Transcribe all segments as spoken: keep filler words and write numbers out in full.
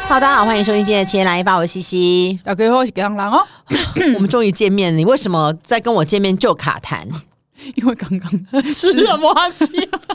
大家好，欢迎收听今天的《千来一发》，我是西西。 大家好，我是江郎哦。 我们终于见面了，你为什么在跟我见面就卡痰？ 因为刚刚吃了麻鸡，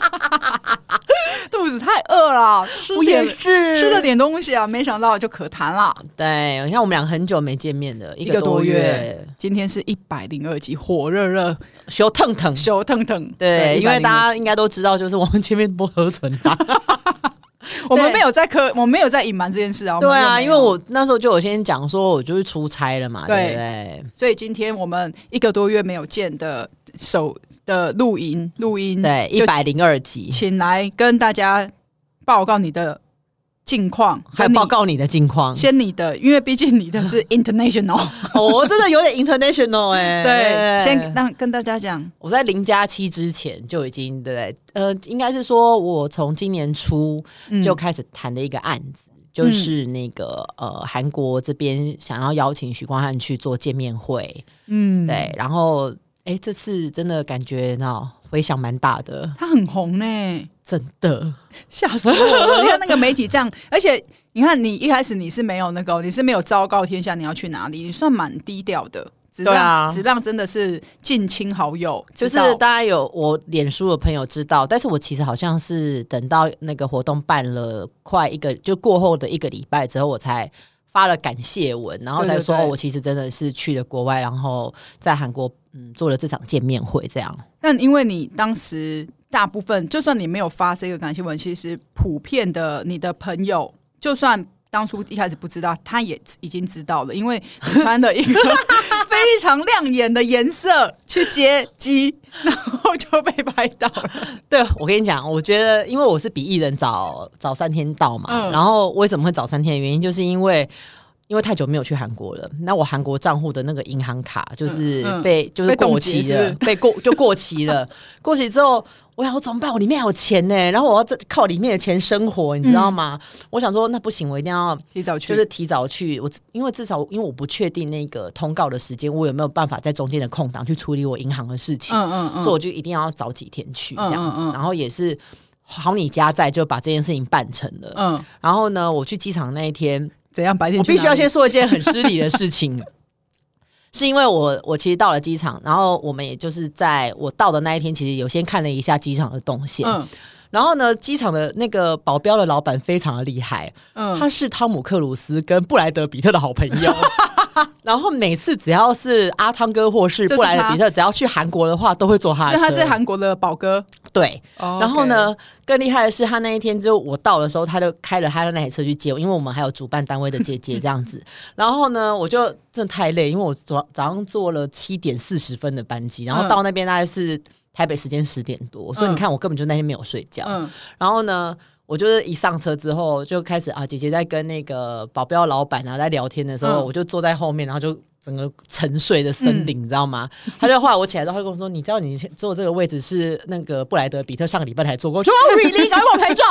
肚子太饿了，吃我也是吃了点东西啊，没想到就可痰了。 对，你看我们两个很久没见面了，一个多月。 多月今天是一百零二集，火热热， 羞腾腾， 羞腾腾。 对，因为大家应该都知道，就是我们前面不合存档。 我们没有在科，我们没有在隐瞒这件事啊。 对啊，因为我那时候就有先讲说，我就是出差了嘛， 对, 对不对？ 所以今天我们一个多月没有见的首的录音，录音对一百零二集， 请来跟大家报告你的近况， 还有报告你的近况。 先你的，因为毕竟你的是 international， 哦，我真的有点 international 哎、欸。 对，先让跟大家讲， 我在零加七之前就已经对，呃，应该是说我从今年初就开始谈的一个案子，嗯、就是那个呃韩国这边想要邀请许光汉去做见面会，嗯，对，然后哎，这次真的感觉到回响蛮大的， 他很红呢。 真的吓死我了！你看那个媒体这样，而且你看你一开始你是没有那个，你是没有昭告天下你要去哪里，你算蛮低调的，只让、啊、只让真的是近亲好友， 就是大家有我脸书的朋友知道，但是我其实好像是等到那个活动办了快一个就过后的一个礼拜之后，我才发了感谢文，然后才说对对对、哦、我其实真的是去了国外，然后在韩国嗯做了这场见面会这样。 但因为你当时大部分就算你没有发这个感谢文，其实普遍的你的朋友就算当初一开始不知道，他也已经知道了，因为你穿了一个非常亮眼的颜色去接机，然后就被拍到了。 对，我跟你讲，我觉得因为我是比艺人早早三天到嘛、嗯、然后为什么会早三天的原因就是因为因为太久没有去韩国了，那我韩国账户的那个银行卡就是被、嗯嗯、就是过期了，被, 被过就过期了。过期之后，我想我怎么办？我里面还有钱呢，然后我要靠里面的钱生活，你知道吗？嗯、我想说那不行，我一定要提早去， 就是提早去。我因为至少因为我不确定那个通告的时间，我有没有办法在中间的空档去处理我银行的事情，嗯嗯嗯所以我就一定要早几天去这样子。嗯嗯嗯然后也是好你家在，就把这件事情办成了。嗯，然后呢，我去机场那一天。 怎样白天？ 我必须要先说一件很失礼的事情，是因为我我其实到了机场，然后我们也就是在我到的那一天，其实有先看了一下机场的动线。嗯，然后呢，机场的那个保镖的老板非常的厉害，嗯，他是汤姆克鲁斯跟布莱德比特的好朋友。然后每次只要是阿汤哥或是布莱德比特，只要去韩国的话，都会坐他的车。 所以他是韩国的宝哥。 对， oh, okay. 然后呢，更厉害的是，他那一天就我到的时候，他就开了他的那台车去接我，因为我们还有主办单位的姐姐这样子。然后呢，我就真的太累，因为我早早上坐了七点四十分的班机，然后到那边大概是台北时间十点多，嗯、所以你看我根本就那天没有睡觉。嗯、然后呢，我就是一上车之后就开始啊，姐姐在跟那个保镖老板啊在聊天的时候，嗯、我就坐在后面，然后就。整个沉睡的森林、嗯、你知道吗？他就后来我起来之后，他就跟我说：“你知道你坐这个位置是那个布莱德比特上个礼拜才坐过。”我说：“哦 ，really？ 赶快帮我拍照。”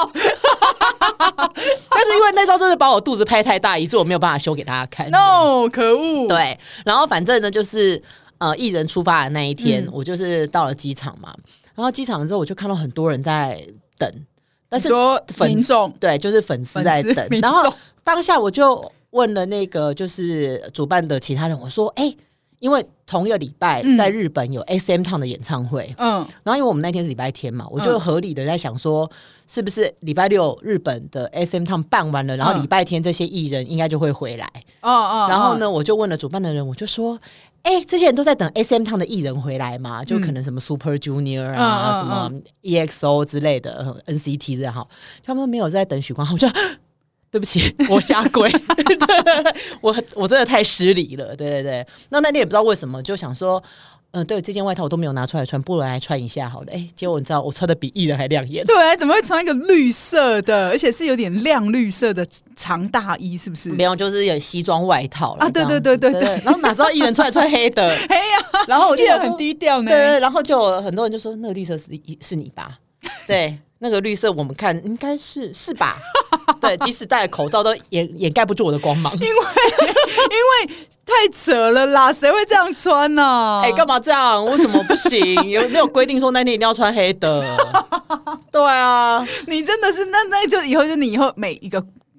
但是因为那张真的把我肚子拍太大，以致我没有办法修给大家看。 No， 可恶！ 对，然后反正呢，就是呃，艺人出发的那一天，嗯、我就是到了机场嘛。然后机场之后，我就看到很多人在等，但是说民众对，就是粉丝在等。然后当下我就。问了那个就是主办的其他人，我说：“哎、欸，因为同一个礼拜在日本有 S M Town 的演唱会，嗯，然后因为我们那天是礼拜天嘛，我就合理的在想说，是不是礼拜六日本的 S M Town 办完了，然后礼拜天这些艺人应该就会回来，哦哦，然后呢，我就问了主办的人，我就说。”哎、欸，这些人都在等 S M Town 的艺人回来嘛？就可能什么 Super Junior 啊，嗯、什么 E X O 之类的 ，N C T 这样哈，他们没有在等许光汉，我就。对不起，我下跪，我我真的太失礼了，对对对。那那天也不知道为什么，就想说，嗯、呃，对，这件外套我都没有拿出来穿，不如来穿一下好了。哎，结果你知道，我穿的比艺人还亮眼。 对，怎么会穿一个绿色的，而且是有点亮绿色的长大衣，是不是？ 没有，就是有西装外套啊。对对对对 对, 对。 然后哪知道艺人穿穿黑的， 黑呀、啊。 然后我就很低调呢。 对，然后就很多人就说，那个绿色是是你吧？对。那个绿色我们看应该是是吧？对，即使戴了口罩都掩掩盖不住我的光芒，因为因为太扯了啦，谁会这样穿呢、啊？ 哎、欸，干嘛这样？为什么不行？有没有规定说那天一定要穿黑的？对啊， 你真的是那那就以后就你以后每一个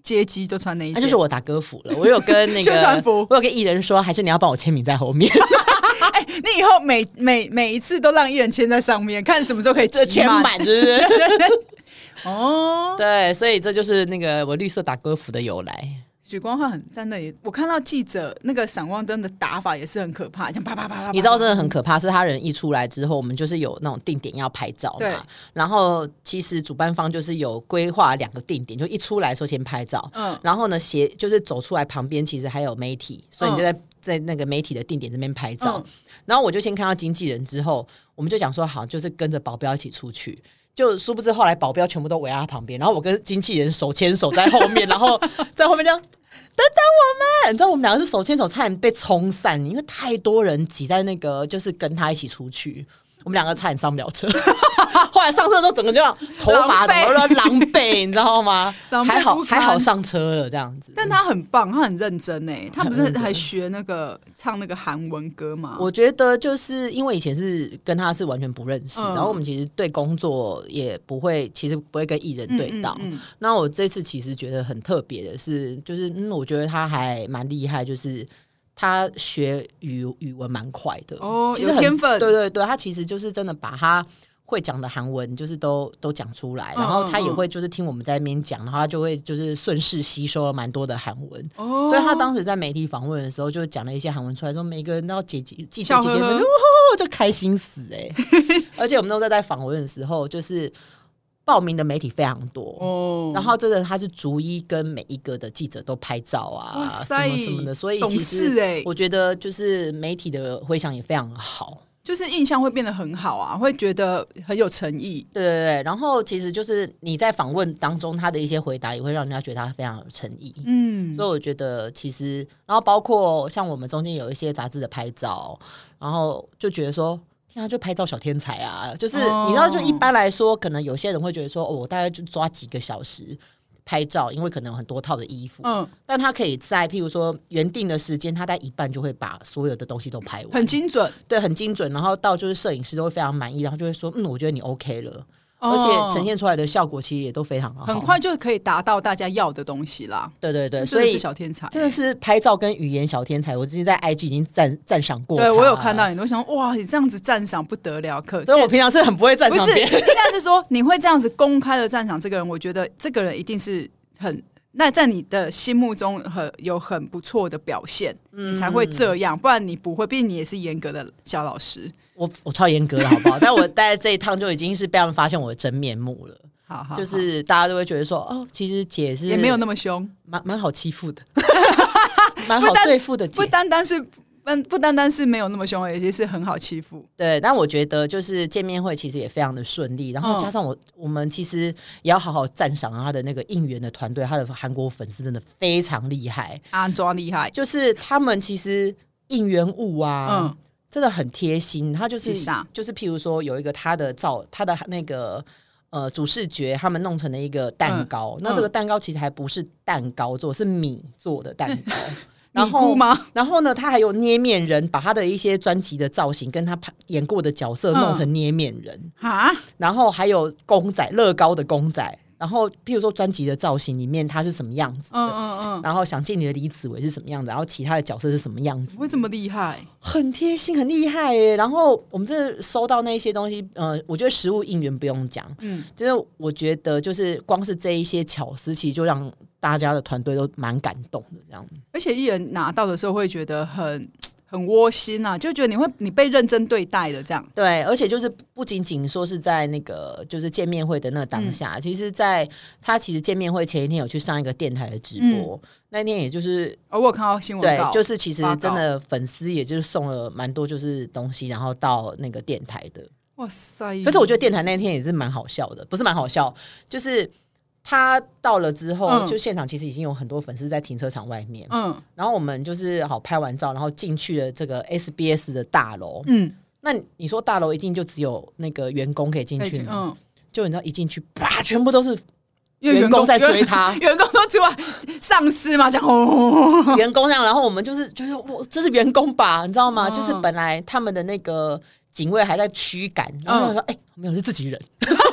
接机就穿那一件， 那就是我打歌服了。我有跟那个宣传服， 我有跟艺人说，还是你要帮我签名在后面。 哎、欸，你以后每每每一次都让艺人签在上面，看什么时候可以签满，是不是？ 哦， 对，所以这就是那个我绿色打歌服的由来。 许光汉很在那里，我看到记者那个闪光灯的打法也是很可怕，像啪啪啪啪。 你知道真的很可怕，是他人一出来之后，我们就是有那种定点要拍照嘛。然后其实主办方就是有规划两个定点，就一出来的时候先拍照，嗯，然后呢斜就是走出来旁边其实还有媒体，所以你就在、嗯、在那个媒体的定点这边拍照、嗯。然后我就先看到经纪人之后，我们就讲说好，就是跟着保镖一起出去。就殊不知后来保镖全部都围在他旁边，然后我跟经纪人手牵手在后面，然后在后面这样等等我们，你知道我们两个是手牵手，差点被冲散，因为太多人挤在那个就是跟他一起出去，我们两个差点上不了车。后来上车的时候，整个就这样头发怎么了狼狈，你知道吗？还好还好上车了这样子。 但他很棒，他很认真哎，他不是还学那个唱那个韩文歌吗？ 我觉得就是因为以前是跟他是完全不认识、嗯，然后我们其实对工作也不会，其实不会跟艺人对到。嗯嗯嗯、那我这次其实觉得很特别的是，就是嗯，我觉得他还蛮厉害，就是他学语语文蛮快的哦，其实有天分。 对对对，他其实就是真的把他会讲的韩文就是都都讲出来，然后他也会就是听我们在那边讲，然后他就会就是顺势吸收了蛮多的韩文、哦、所以他当时在媒体访问的时候就讲了一些韩文出来，说每个人都要姐姐记者姐姐们就开心死哎、欸！而且我们都在在访问的时候，就是报名的媒体非常多、哦、然后真的他是逐一跟每一个的记者都拍照啊，什么什么的，所以其实我觉得就是媒体的回响也非常好。 就是印象会变得很好啊，会觉得很有诚意。 对对对，然后其实就是你在访问当中，他的一些回答也会让人家觉得他非常有诚意。嗯，所以我觉得其实，然后包括像我们中间有一些杂志的拍照，然后就觉得说，天啊，就拍照小天才啊！就是、哦、你知道，就一般来说，可能有些人会觉得说，哦，我大概就抓几个小时拍照，因为可能有很多套的衣服，嗯，但他可以在譬如说原定的时间，他在一半就会把所有的东西都拍完， 很精准， 对，很精准。然后到就是摄影师都会非常满意，然后就会说，嗯，我觉得你 OK 了，哦、而且呈现出来的效果其实也都非常好， 很快就可以达到大家要的东西啦。 对对对，所以是小天才， 真的是拍照跟语言小天才。我之前在 I G 已经赞赞赏过他， 对我有看到你，我想哇，你这样子赞赏不得了，可所以我平常是很不会赞赏别人， 不是，应该是说你会这样子公开的赞赏这个人，我觉得这个人一定是很。那在你的心目中很有很不错的表现、嗯、你才会这样，不然你不会，毕竟你也是严格的小老师。 我我超严格的好不好？但我大概这一趟就已经是被他们发现我的真面目了。好好好，就是大家都会觉得说，哦，其实姐是也没有那么凶， 蛮蛮好欺负的，蛮好对付的姐， 不单单是不不单单是没有那么凶，也其实是很好欺负。 对，但我觉得就是见面会其实也非常的顺利，然后加上我、嗯、我们其实也要好好赞赏他的那个应援的团队，他的韩国粉丝真的非常厉害， 安装厉害， 就是他们其实应援物啊，嗯，真的很贴心。他就是就是譬如说有一个他的照，他的那个。呃，主视觉他们弄成了一个蛋糕、嗯，那这个蛋糕其实还不是蛋糕做，是米做的蛋糕。 然后吗？ 然后呢，他还有捏面人，把他的一些专辑的造型跟他演过的角色弄成捏面人啊、嗯。然后还有公仔，乐高的公仔。然后譬如说专辑的造型里面他是什么样子的，嗯嗯嗯，然后想见你的李子维是什么样子，然后其他的角色是什么样子， 为什么厉害？ 很贴心，很厉害耶。然后我们这收到那些东西，呃，我觉得实物应援不用讲，嗯，就是我觉得就是光是这一些巧思，其实就让大家的团队都蛮感动的这样。 而且艺人拿到的时候会觉得很。很窝心啊，就觉得你会你被认真对待的这样。 对，而且就是不仅仅说是在那个就是见面会的那个当下，嗯、其实在他其实见面会前一天有去上一个电台的直播，嗯、那天也就是哦，我有看到新闻稿， 对，就是其实真的粉丝也就是送了蛮多就是东西，然后到那个电台的。 哇塞！ 可是我觉得电台那天也是蛮好笑的，不是蛮好笑，就是。他到了之后、嗯、就现场其实已经有很多粉丝在停车场外面，嗯，然后我们就是好拍完照，然后进去了这个 S B S 的大楼，嗯，那你说大楼一定就只有那个员工可以进去吗？嗯，就你知道一进去，啪，全部都是员工在追他， 员工都出来，上司嘛，这样，哦， 员工这样，然后我们就是就是我这是员工吧，你知道吗？嗯、就是本来他们的那个警卫还在驱赶，然后说，哎、嗯欸，没有是自己人。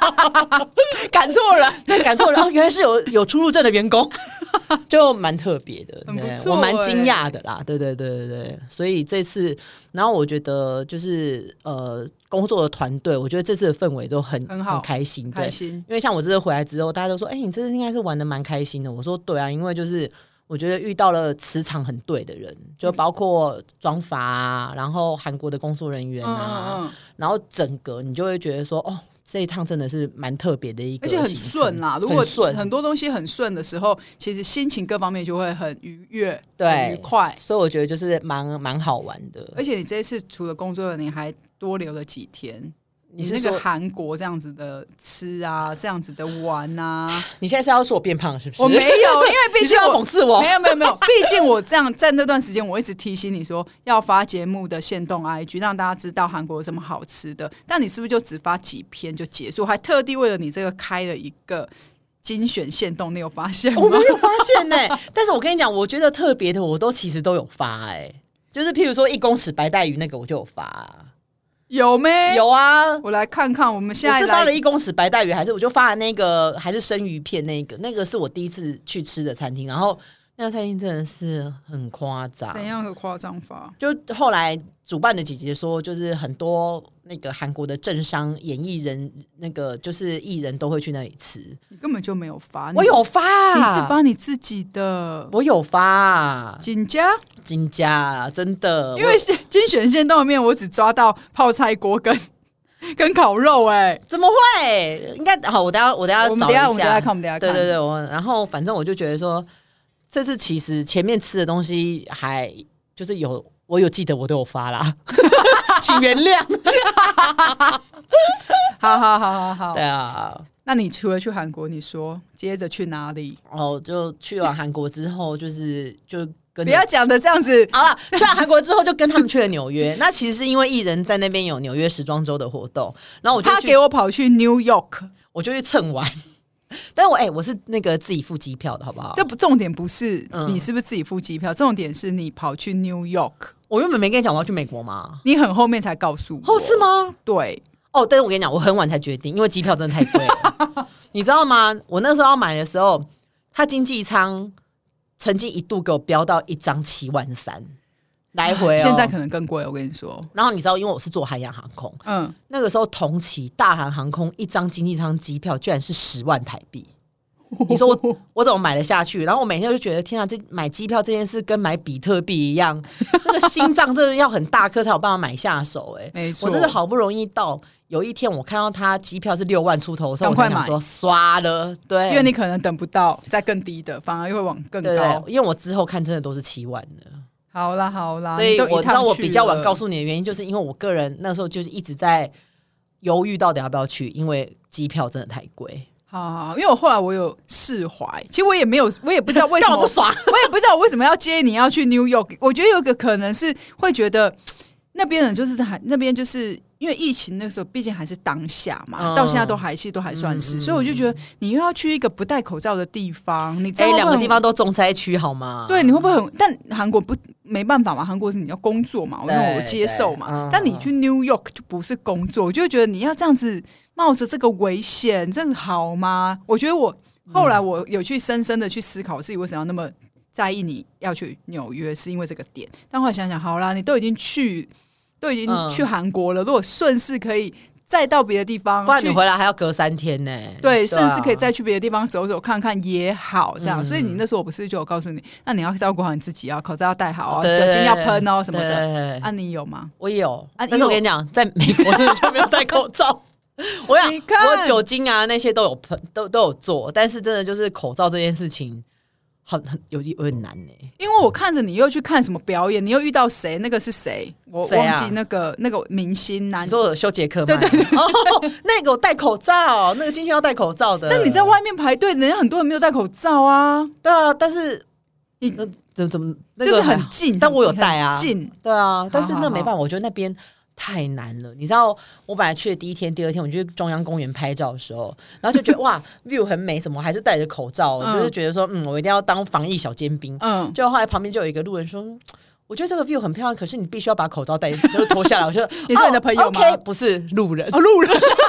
赶错了， 对，赶错了，哦，原来是有有出入证的员工，就蛮特别的， 很不错， 我蛮惊讶的啦。对对对对对，所以这次，然后我觉得就是呃，工作的团队，我觉得这次的氛围都很很好， 很开心，对， 开心。 因为像我这次回来之后，大家都说，哎、欸，你这次应该是玩的蛮开心的。我说对啊，因为就是我觉得遇到了磁场很对的人，就包括妆发啊，然后韩国的工作人员啊，嗯嗯嗯，然后整个你就会觉得说，哦。这一趟真的是蛮特别的一个， 而且很顺啦。如果很多东西很顺的时候，其实心情各方面就会很愉悦，对，很愉快。 所以我觉得就是蛮蛮好玩的。 而且你这一次除了工作，你还多留了几天。你是那个韩国这样子的吃啊，这样子的玩啊， 你现在是要说我变胖了是不是？ 我没有，因为毕竟我讽刺我， 没有没有没有，毕竟我这样在那段时间，我一直提醒你说要发节目的限动 I G， 让大家知道韩国有什么好吃的。但你是不是就只发几篇就结束？还特地为了你这个开了一个精选限动，你有发现吗？ 我没有发现呢、欸。但是我跟你讲，我觉得特别的，我都其实都有发哎、欸，就是譬如说一公尺白带鱼那个，我就有发、啊。 有没有啊？ 我来看看，我们现在我是发了一公尺白带鱼，还是我就发了那个还是生鱼片那个？那个是我第一次去吃的餐厅，然后那个餐厅真的是很夸张。 怎样的夸张法？ 就后来主办的姐姐说，就是很多那个韩国的政商演艺人，那个就是艺人都会去那里吃。 你根本就没有发， 我有发， 你是发你自己的。 我有发， 金家金家真的， 因为精选限动里面我只抓到泡菜锅跟跟烤肉、欸，哎， 怎么会？应该好，我等一下我等一下找一下， 我们等一下我们等一下看，我们等一下看。 对对对，我然后反正我就觉得说，这次其实前面吃的东西还就是有。我有记得，我都有发啦，请原谅。 好好好好好， 对啊。 那你除了去韩国，你说接着去哪里？ 哦，就去完韩国之后，就是就跟不要讲的这样子。 好了，去完韩国之后就跟他们去了纽约。那其实是因为艺人在那边有纽约时装周的活动，然后我就他给我跑去 New York， 我就去蹭玩。但我哎、欸，我是那个自己付机票的，好不好？ 这不重点不是你是不是自己付机票、嗯，重点是你跑去 New York。 我原本没跟你讲我要去美国吗？ 你很后面才告诉我。 哦，是吗？ 对。 哦，但是我跟你讲，我很晚才决定，因为机票真的太贵了。你知道吗？我那时候要买的时候，他经济舱曾经一度给我飙到一张七万三。来回、哦、 现在可能更贵，我跟你说。 然后你知道，因为我是坐海洋航空，嗯，那个时候同期大韩航空一张经济舱机票居然是十万台币。你说我我怎么买得下去？然后我每天就觉得，天啊，这买机票这件事跟买比特币一样，那个心脏真的要很大颗才有办法买下手、欸。哎， 没错， 我真的好不容易到，有一天我看到他机票是六万出头的时候，我才想说刷了，对， 因为你可能等不到再更低的，反而又会往更高。 对对，因为我之后看真的都是七万的。 好啦好啦， 所以我知道我比较晚告诉你的原因，就是因为我个人那时候就是一直在犹豫到底要不要去，因为机票真的太贵。 好，因为我后来我有释怀，其实我也没有，我也不知道为什么， 不爽我也不知道我为什么要接你要去 New York。我觉得有个可能是会觉得那边人就是那边就是因为疫情那时候，毕竟还是当下嘛，嗯、到现在都还是都还算是、嗯，所以我就觉得你又要去一个不戴口罩的地方，你哎，两、欸、个地方都重灾区好吗？ 对，你会不会很？但韩国不没办法嘛，韩国是你要工作嘛，那我接受嘛、嗯。但你去 New York 就不是工作，我就觉得你要这样子冒着这个危险，这样好吗？我觉得我后来我有去深深的去思考自己为什么要那么在意你要去纽约，是因为这个点。但后来想想，好啦，你都已经去。都已经去韩国了、嗯，如果顺势可以再到别的地方， 不然你回来还要隔三天呢、欸。 对，顺势可以再去别的地方走走看看也好，这样、嗯。所以你那时候我不是就有告诉你，那你要照顾好你自己啊，口罩要戴好啊，酒精要喷哦什么的。啊，你有吗？ 我也有啊，但是我跟你讲，在美国真的就没有戴口罩。我想，我酒精啊那些都有喷，都都有做，但是真的就是口罩这件事情。很很有有点难呢、欸， 因为我看着你又去看什么表演，你又遇到谁？那个是谁？我忘记那个、啊、那个明星男， 你说修杰克曼？ 对对对， 哦，那个我戴口罩，那个进去要戴口罩的。 但你在外面排队，人家很多人没有戴口罩啊。 对啊，但是你怎么怎么、那个、 就是很近， 但我有戴啊， 近。 对啊，但是那没办法，我觉得那边。太难了，你知道，我本来去的第一天、第二天，我去中央公园拍照的时候，然后就觉得哇 ，view 很美，什么还是戴着口罩，嗯、就是觉得说，嗯，我一定要当防疫小尖兵。嗯，就后来旁边就有一个路人说，我觉得这个 view 很漂亮，可是你必须要把口罩戴，就是脱下来。我说， 你是你的朋友吗？ oh, OK， 不是路人， 哦，路人。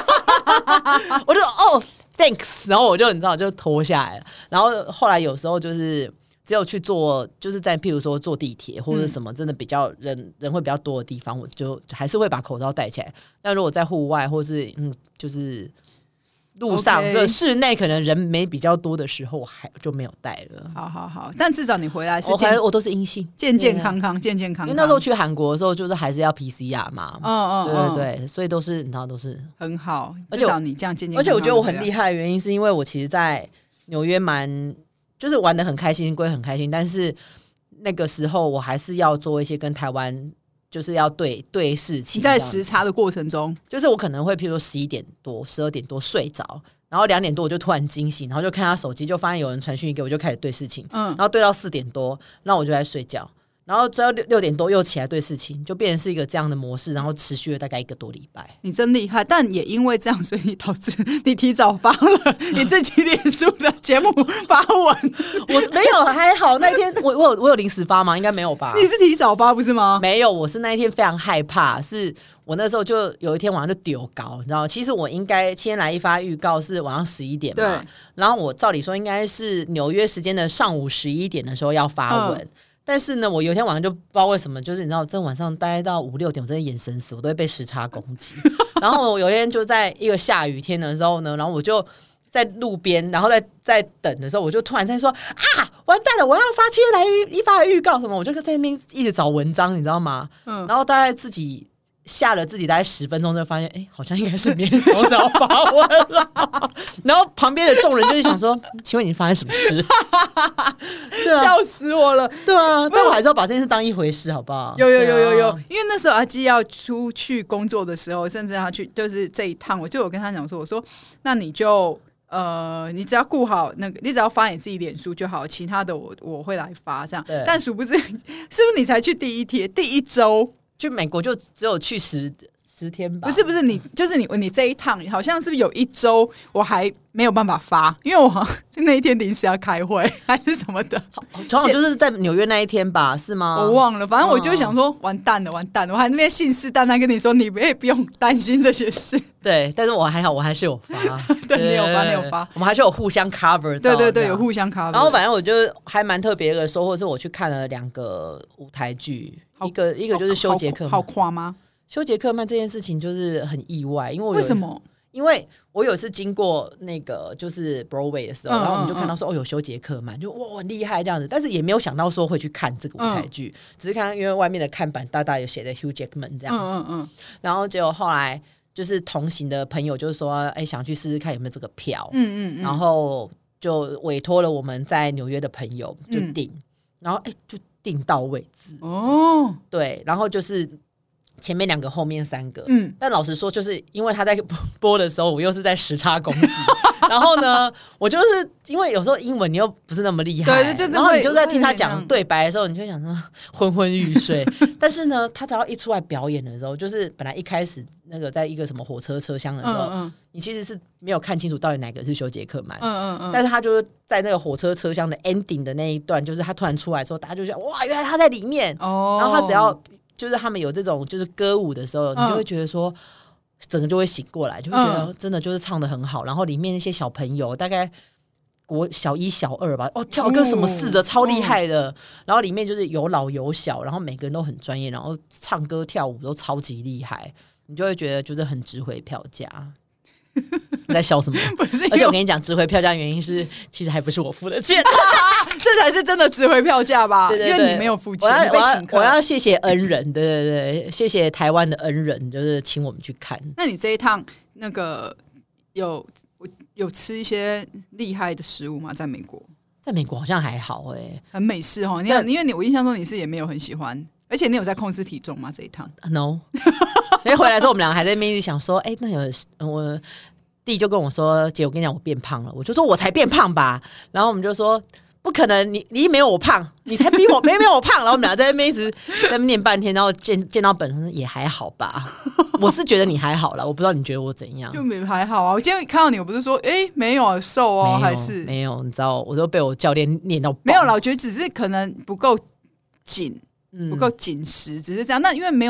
我就哦 thanks， 然后我就你知道就脱下来了。然后后来有时候就是只有去坐，就是在譬如说坐地铁或者什么真的比较人人会比较多的地方，我就还是会把口罩戴起来。但如果在户外或是嗯就是路上、okay. 室内可能人没比较多的时候，我还就没有戴了。 好好好，但至少你回来是我回我都是阴性， 健健康康，健健康康。 因为那时候去韩国的时候，就是还是要 P C R 嘛，嗯嗯，对对对，所以都是你知道都是很好。至少你这样健健康康。 而且我觉得我很厉害的原因，是因为我其实，在纽约蛮就是玩得很开心，归很开心，但是那个时候我还是要做一些跟台湾。就是要对对事情， 你在时差的过程中， 就是我可能会，譬如说十一点多、十二点多睡着，然后两点多我就突然惊醒，然后就看他手机，就发现有人传讯给我，就开始对事情，嗯，然后对到四点多，那我就在睡觉，然后直到六点多又起来对事情，就变成是一个这样的模式，然后持续了大概一个多礼拜。 你真厉害，但也因为这样，所以你导致你提早发了你自己脸书的节目发文。 我没有，还好那一天我我有我有临时发吗？应该没有吧？ 你是提早发不是吗？ 没有，我是那一天非常害怕，是我那时候就有一天晚上就丢稿，你知道吗？其实我应该先来一发预告是晚上十一点嘛，然后我照理说应该是纽约时间的上午十一点的时候要发文。嗯，但是呢，我有一天晚上就不知道为什么，就是你知道，真晚上待到五六点，我真的眼神死，我都会被时差攻击。然后我有一天就在一个下雨天的时候呢，然后我就在路边，然后在在等的时候，我就突然在说啊，完蛋了，我要发今天来一发的预告什么，我就在那边一直找文章，你知道吗？嗯，然后大概自己。下了自己大概十分钟就发现，哎、欸，好像应该是明天早上发文了。然后旁边的众人就是想说，请问你发生什么事？ 对啊，笑死我了。 对啊，但我还是要把这件事当一回事，好不好？ 有有有有有，因为那时候阿基要出去工作的时候，甚至他去就是这一趟，我就有跟他讲说，我说那你就呃，你只要顾好那个，你只要发你自己脸书就好，其他的我我会来发这样。但殊不知，是不是你才去第一天第一周？ 去美国就只有去十十天吧？ 不是不是，你就是你你这一趟好像是不是有一周我还没有办法发，因为我好像那一天临时要开会还是什么的， 正好就是在纽约那一天吧？是吗？ 我忘了，反正我就想说，完蛋了完蛋了，我还那边信誓旦旦跟你说，你也不用担心这些事。 对，但是我还好，我还是有发。 对，你有发，你有发， 我们还是有互相 cover 到。 对对对，有互相 cover。 然后反正我就还蛮特别的收获，是我去看了两个舞台剧，一个一个就是休杰克曼， 好夸吗？ 休杰克曼这件事情就是很意外，因为我为什么？ 因为我有一次经过那个就是 Broadway 的时候，嗯、然后我们就看到说、嗯、哦有休杰克曼，就哇很厉害这样子，但是也没有想到说会去看这个舞台剧，嗯、只是看因为外面的看板大大有写的 Hugh Jackman 这样子，嗯嗯嗯，然后结果后来就是同行的朋友就是说，哎，想去试试看有没有这个票，嗯嗯嗯，然后就委托了我们在纽约的朋友就订，嗯、然后哎就订到位置哦，对，然后就是。前面两个，后面三个。嗯，但老实说，就是因为他在播的时候，我又是在时差攻击。然后呢，我就是因为有时候英文你又不是那么厉害，对，就然后你就在听他讲对白的时候，你就想说昏昏欲睡。但是呢，他只要一出来表演的时候，就是本来一开始那个在一个什么火车车厢的时候，嗯嗯你其实是没有看清楚到底哪个是休杰克曼。嗯嗯嗯。但是他就是在那个火车车厢的 ending 的那一段，就是他突然出来的时候，大家就想哇，原来他在里面。哦。然后他只要。就是他们有这种就是歌舞的时候，你就会觉得说，整个就会醒过来，就会觉得真的就是唱得很好。然后里面那些小朋友，大概国小一、小二吧，哦，跳跟什么似的，超厉害的。然后里面就是有老有小，然后每个人都很专业，然后唱歌跳舞都超级厉害，你就会觉得就是很值回票价。你在笑什么？ 不是， 而且我跟你讲，值回票价的原因是，其实还不是我付的钱， 这才是真的值回票价吧？ 对对对， 因为你没有付钱， 我要你被请客。 我要谢谢恩人，对对对，谢谢台湾的恩人，就是请我们去看。 那你这一趟那个有有吃一些厉害的食物吗？在美国， 在美国好像还好哎、欸， 很美式哦。你因为你我印象中你是也没有很喜欢，而且你有在控制体重吗？这一趟 ？No。因为回来之后，我们两个还在那边一直想说，哎、欸，那有我弟就跟我说，姐，我跟你讲，我变胖了。我就说我才变胖吧。然后我们就说，不可能，你你没有我胖，你才比我没没有我胖。然后我们俩在那边一直在那边念半天，然后见见到本人也还好吧。我是觉得你还好啦，我不知道你觉得我怎样。 就没还好啊。我今天看到你，我不是说，哎、欸，没有瘦哦，还是没有？你知道，我都被我教练念到爆。 没有啦，我觉得只是可能不够紧。不够紧实，只是这样。那因为没有，因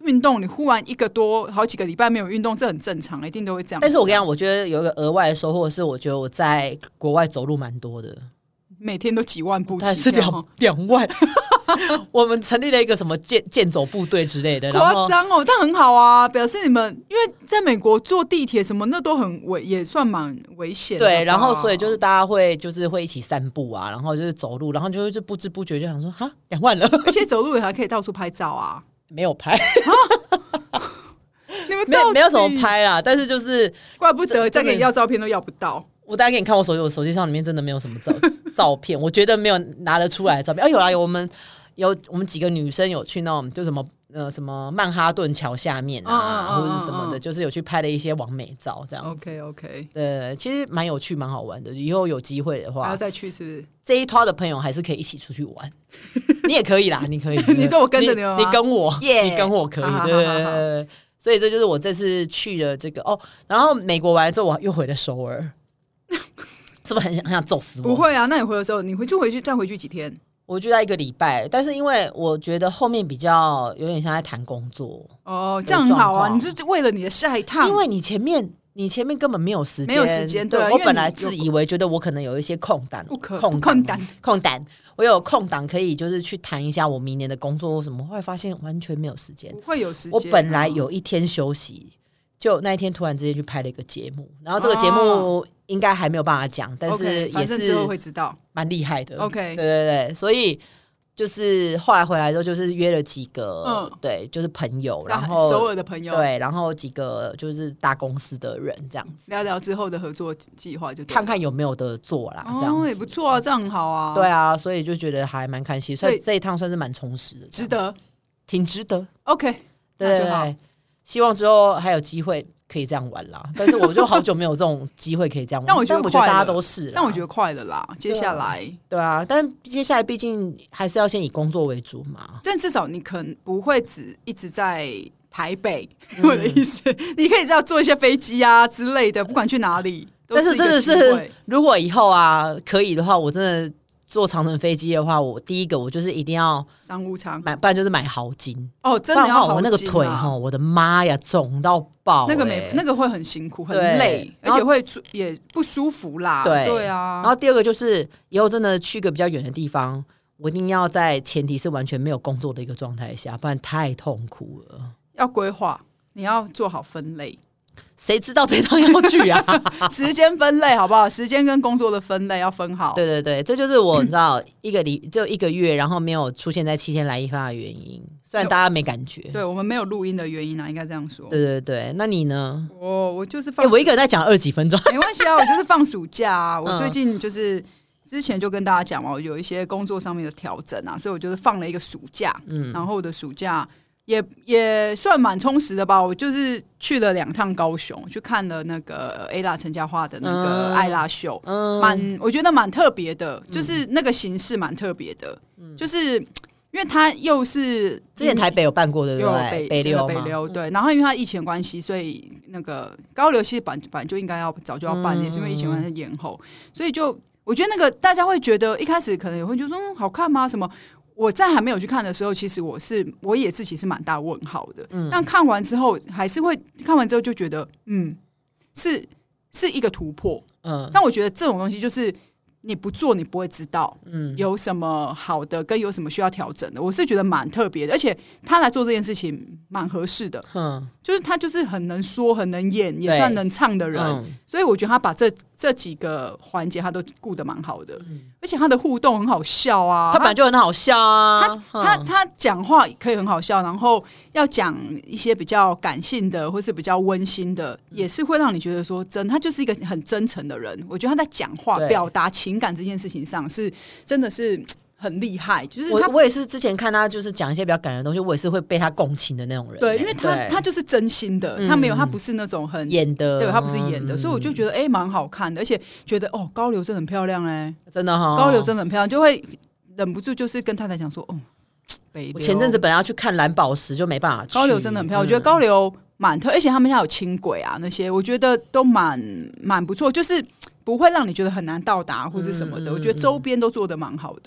运动，你忽然一个多好几个礼拜没有运动，这很正常，一定都会这样。 但是我跟你讲，我觉得有一个额外的收获是，我觉得我在国外走路蛮多的， 每天都几万步起跳， 但是两两万。我们成立了一个什么健健走部队之类的， 夸张哦，但很好啊，表示你们因为在美国坐地铁什么那都很危，也算蛮危险的。 对，然后所以就是大家会就是会一起散步啊，然后就是走路，然后就就不知不觉就想说哈两万了， 而且走路也还可以到处拍照啊。 没有拍， 你们没没有什么拍啦，但是就是怪不得再给你要照片都要不到。 我大概给你看我手机，我手机上里面真的没有什么照照片，我觉得没有拿得出来的照片。哦，有啦，有我们有我们几个女生有去那种就什么呃什么曼哈顿桥下面啊，嗯嗯嗯嗯或者是什么的，就是有去拍了一些网美照这样。 OK OK， 对，其实蛮有趣，蛮好玩的。以后有机会的话， 还要再去是不是？ 这一团的朋友还是可以一起出去玩，你也可以啦，你可以。 你说我跟着你吗？ 你跟我， yeah, 你跟我可以，对对对对。所以这就是我这次去的这个哦。然后美国完了之后，我又回了首尔。是不是很想很想揍死我？ 不会啊，那你回的时候，你回去回去再回去几天？ 我就在一个礼拜，但是因为我觉得后面比较有点像在谈工作哦，这样很好啊，你就是为了你的下一趟， 因为你前面你前面根本没有时间， 没有时间。对， 我本来自以为觉得我可能有一些空档，空空档空档，我有空档可以就是去谈一下我明年的工作或什么，后来发现完全没有时间， 不会有时间。 我本来有一天休息。就那一天突然之间去拍了一个节目，然后这个节目应该还没有办法讲，但是也是之后会知道， 蛮厉害的。 OK， 对对对，所以就是后来回来之后，就是约了几个，嗯，对，就是朋友，然后首尔的朋友， 对，然后几个就是大公司的人这样子， 聊聊之后的合作计划，就看看有没有得做啦，这样哦也不错啊，这样很好啊。 对啊，所以就觉得还蛮开心，所以这一趟算是蛮充实的， 值得， 挺值得。 OK， 对对对，希望之后还有机会可以这样玩啦，但是我就好久没有这种机会可以这样玩。 但我觉得但我觉得大家都是， 但我觉得快了啦。接下来， 对啊，但接下来毕竟还是要先以工作为主嘛。 但至少你可能不会只一直在台北，嗯、我的意思，你可以这样坐一些飞机啊之类的，不管去哪里。都是但是真的是，如果以后啊可以的话，我真的。坐长程飞机的话，我第一个我就是一定要商务舱买，不然就是买豪金哦，真的要豪金、啊、 我那个腿哈，我的妈呀，肿到爆、欸！ 那个没那个会很辛苦，很累，而且会也不舒服啦。对对啊。 然后第二个就是以后真的去个比较远的地方，我一定要在前提是完全没有工作的一个状态下，不然太痛苦了。 要规划，你要做好分类。 谁知道这趟要去啊？ 时间分类好不好？时间跟工作的分类要分好。 对对对，这就是我你知道一个礼就一个月，然后没有出现在七天来一发的原因。虽然大家没感觉， 对我们没有录音的原因啊，应该这样说。 对对对，那你呢？ 我我就是放、 欸，我一个人在讲二十几分钟， 没关系啊，我就是放暑假啊。我最近就是之前就跟大家讲嘛，我有一些工作上面的调整啊，所以我就是放了一个暑假，嗯，然后我的暑假。也也算蛮充实的吧，我就是去了两趟高雄，去看了那个 Ella 陈嘉桦的那个艾拉秀，蛮、嗯、我觉得蛮特别的，就是那个形式蛮特别的，嗯、就是因为它又是之前台北有办过的，对不对？北流北流对，然后因为它疫情关系，所以那个高流其实本本来就应该要早就要办，也、嗯、是因为疫情关系延后，所以就我觉得那个大家会觉得一开始可能也会觉得说、嗯、好看吗？什么？我在还没有去看的时候，其实我是我也自己是蛮大问号的、嗯，但看完之后还是会看完之后就觉得，嗯，是是一个突破，嗯，但我觉得这种东西就是你不做你不会知道，嗯，有什么好的跟有什么需要调整的，我是觉得蛮特别的，而且他来做这件事情蛮合适的，嗯，就是他就是很能说很能演也算能唱的人、嗯，所以我觉得他把这这几个环节他都顾得蛮好的、嗯，而且他的互动很好笑啊， 他本来就很好笑啊， 他他他讲话可以很好笑，然后要讲一些比较感性的或是比较温馨的，也是会让你觉得说真，他就是一个很真诚的人。我觉得他在讲话表达情感这件事情上是真的是很厉害，就是他我, 我也是之前看他就是讲一些比较感人的东西，我也是会被他共情的那种人。 对，因为他他就是真心的，他没有他不是那种很演的， 对他不是演的，嗯、所以我就觉得哎蛮、欸、好看的，而且觉得哦高流真的很漂亮哎、欸， 真的哈、哦， 高流真的很漂亮，就会忍不住就是跟太太讲说哦，北流我前阵子本来要去看蓝宝石就没办法去， 高流真的很漂亮，嗯、我觉得高流蛮特，而且他们家有轻轨啊那些，我觉得都蛮蛮不错，就是不会让你觉得很难到达或者什么的、嗯，我觉得周边都做得蛮好的。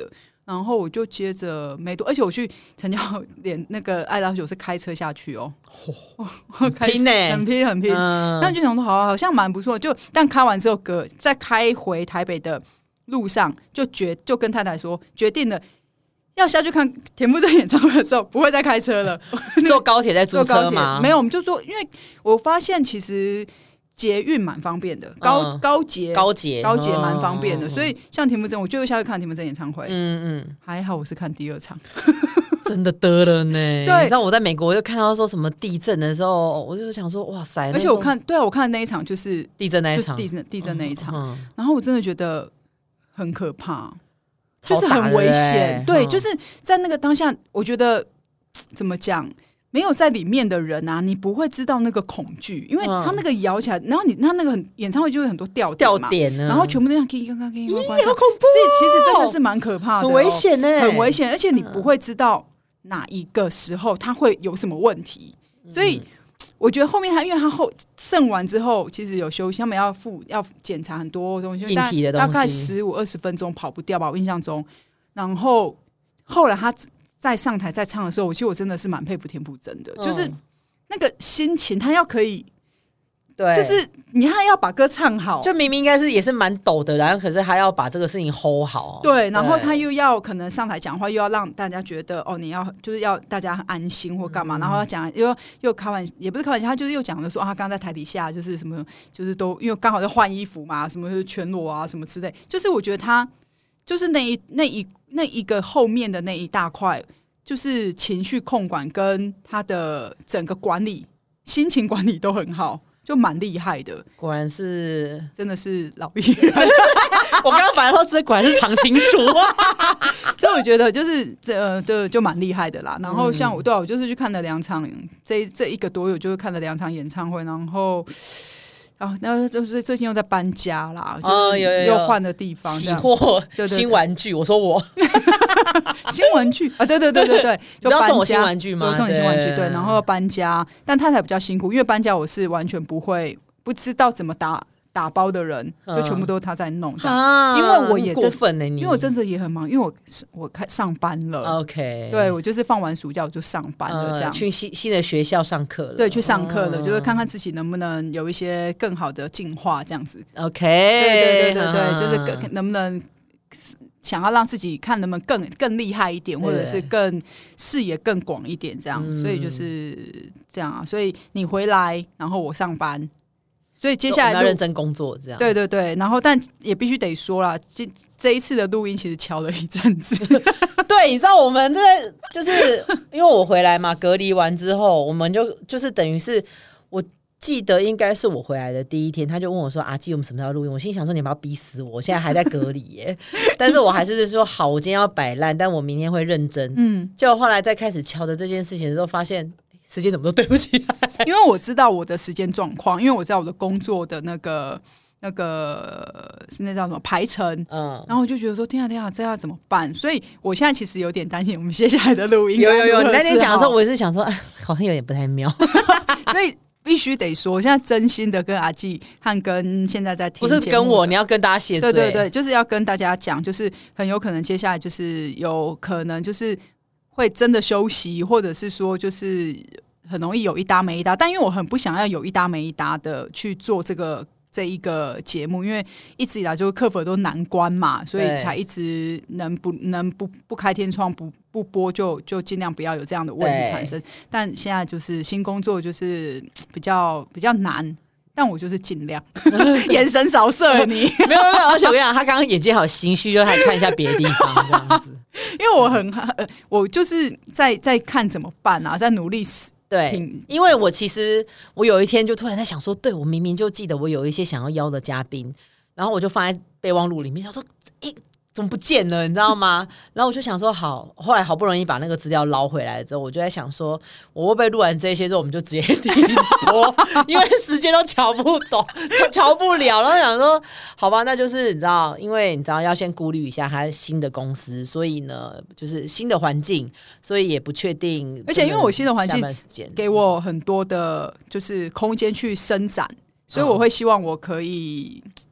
然后我就接着没多，而且我去陈教练那个爱拉酒是开车下去哦， 很拼呢、欸， 很拼很拼。嗯、但就想说好，好像蛮不错。就但开完之后，隔在开回台北的路上，就决就跟太太说，决定了要下去看田馥甄演唱会的时候，不会再开车了。 坐高铁再租车吗？ 没有，我们就坐，因为我发现其实。捷运蛮方便的，高、嗯、高捷高捷高捷蛮方便的、哦，所以像田馥甄，我就会下去看田馥甄演唱会。 嗯嗯， 还好我是看第二场， 真的得了呢。 对， 你知道我在美国又看到说什么地震的时候，我就想说哇塞！ 而且我看，对啊，我看的那一场就是地震那一场， 就是、地震地震那一场、 嗯嗯， 然后我真的觉得很可怕，就是很危险。对、嗯，就是在那个当下，我觉得怎么讲？没有在里面的人啊，你不会知道那个恐惧，因为他那个摇起来，然后你他那个很演唱会就会很多吊吊点呢， 然后全部都像刚刚刚刚， 咦，好恐怖、哦！ 其实真的是蛮可怕的、哦， 很危险呢、欸， 很危险，而且你不会知道哪一个时候他会有什么问题，嗯、所以我觉得后面他因为他后剩完之后，其实有休息，他们要付要检查很多东西， 硬体的东西， 大概十五二十分钟跑不掉吧，我印象中，然后后来他。在上台在唱的时候，我其实我真的是蛮佩服田馥甄的、嗯，就是那个心情，他要可以， 对， 就是你还要把歌唱好， 就明明应该是也是蛮抖的，然后可是他要把这个事情 hold 好， 对，然后他又要可能上台讲话，又要让大家觉得哦，你要就是要大家安心或干嘛，嗯、然后要讲又又开玩笑，也不是开玩笑，他就是又讲的说啊，他刚在台底下就是什么，就是都因为刚好在换衣服嘛，什么就是全裸啊什么之类，就是我觉得他。就是那一那一那一个后面的那一大块，就是情绪控管跟他的整个管理、心情管理都很好，就蛮厉害的。 果然是， 真的是老艺人。 我刚刚本来说这果然是常青树， 所以我觉得就是这呃，就就蛮厉害的啦。然后像我，对啊，我就是去看了两场，这这一个多月就是看了两场演唱会，然后。啊，那就是最近又在搬家啦， 哦，有有又换了地方， 洗货新玩具。我说我新玩具啊，对对对对对， 就搬家，你要送我新玩具吗？ 我送你新玩具，对，然后搬家，但太太比较辛苦，因为搬家我是完全不会，不知道怎么打。打包的人就全部都是他在弄， 啊、 因为我也过分呢、欸， 因为我真的也很忙，因为我我开上班了 ，OK， 对我就是放完暑假我就上班了，这样、呃、 去新新的学校上课了， 对，去上课了、哦，就是看看自己能不能有一些更好的进化，这样子 ，OK， 对对对对对，嗯、就是更能不能想要让自己看能不能更更厉害一点，或者是更视野更广一点，这样、嗯，所以就是这样啊，所以你回来，然后我上班。所以接下来要认真工作，这样对对对，然后但也必须得说啦，这这一次的录音其实敲了一阵子。 对，你知道我们这就是因为我回来嘛，隔离完之后，我们就就是等于是我记得应该是我回来的第一天，他就问我说：“阿基，我们什么时候录音？”我心想说：“你不要逼死我，我现在还在隔离耶。”但是我还是说好，我今天要摆烂，但我明天会认真。嗯，结果后来再开始敲的这件事情的时候，发现。时间怎么都对不起来， 因为我知道我的时间状况，因为我知道我的工作的那个那个是那叫什么排程，嗯，然后我就觉得说天啊天啊，这要怎么办？所以我现在其实有点担心我们接下来的录音。 有有有，你那天讲的时候，我也是想说，好像有点不太妙， 所以必须得说，我现在真心的跟阿纪和跟现在在听， 不是跟我，你要跟大家谢罪， 对对对，就是要跟大家讲，就是很有可能接下来就是有可能就是。会真的休息，或者是说就是很容易有一搭没一搭，但因为我很不想要有一搭没一搭的去做这个这一个节目，因为一直以来就克服很多难关嘛，所以才一直能不能不不开天窗不不播就就尽量不要有这样的问题产生。但现在就是新工作就是比较比较难。但我就是尽量眼神扫射你没有没有，而且我跟你讲，他刚刚眼睛好心虚，就还看一下别的地方这样子。 因为我很我就是在在看怎么办啊，在努力。 对，因为我其实我有一天就突然在想说，对我明明就记得我有一些想要邀的嘉宾，然后我就放在备忘录里面，想说，诶。怎么不见了？你知道吗？然后我就想说，好，后来好不容易把那个资料捞回来之后，我就在想说，我会不会录完这些之后，我们就直接停播，因为时间都瞧不懂，瞧不了。然后想说，好吧，那就是你知道，因为你知道要先顾虑一下他新的公司，所以呢，就是新的环境，所以也不确定。 而且因为我新的环境给我很多的，就是空间去伸展，所以我会希望我可以。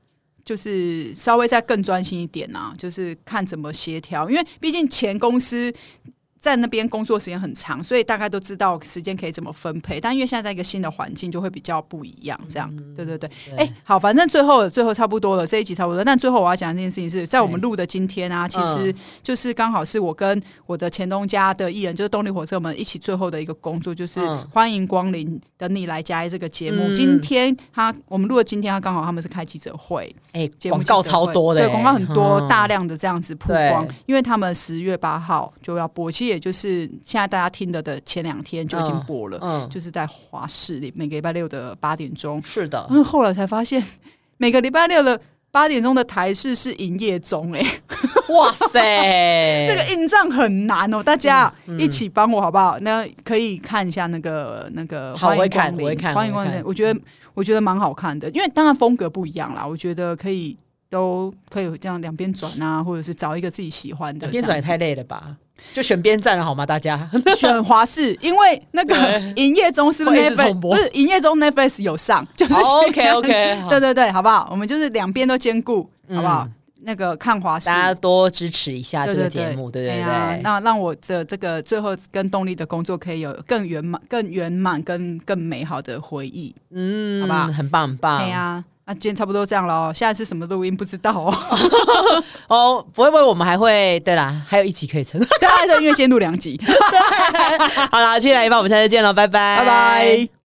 就是稍微再更专心一点啊，就是看怎么协调，因为毕竟前公司在那边工作时间很长，所以大概都知道时间可以怎么分配。但因为现在在一个新的环境，就会比较不一样。这样，嗯、对对对。哎、欸，好，反正最后最后差不多了，这一集差不多。但最后我要讲的这件事情是在我们录的今天啊，其实就是刚好是我跟我的前东家的艺人，就是动力火车，我们一起最后的一个工作，就是欢迎光临等你来加一这个节目。嗯、今天他我们录的今天，他刚好他们是开记者会， 哎、欸，广告超多的、欸， 对，广告很多，嗯、大量的这样子曝光，因为他们十月八号就要播，其实也就是现在大家听的的前两天就已经播了，嗯嗯、就是在华视里每个礼拜六的八点钟。 是的， 嗯，后来才发现每个礼拜六的八点钟的台视是营业中、欸，哎， 哇塞， 这个印账很难哦，大家一起帮我好不好？那可以看一下那个那个， 好，我会看，我会看， 欢迎光临。我觉得我觉得蛮好看的，因为当然风格不一样啦，我觉得可以都可以这样两边转啊，或者是找一个自己喜欢的。 两边转也太累了吧？就选边站了好吗？大家选华视，因为那个营业中是不是 Netflix？ 不是营业中 Netflix 有上，就是、 oh, OK OK， 对对对，好不好？我们就是两边都兼顾，好不好？嗯、那个看华视， 大家多支持一下这个节目，对对 对, 对, 对、哎。 那让我这这个最后跟动力的工作可以有更圆满、更圆满、更更美好的回忆，嗯，好不好？ 很棒很棒， 对呀、啊。那、啊、今天差不多这样了，下一次什么录音不知道哦。 哦，不会不会，我们还会对啦，还有一集可以撑。 对，因为今天录两集。 好啦，今天来一半，我们下次见了，拜拜， 拜拜。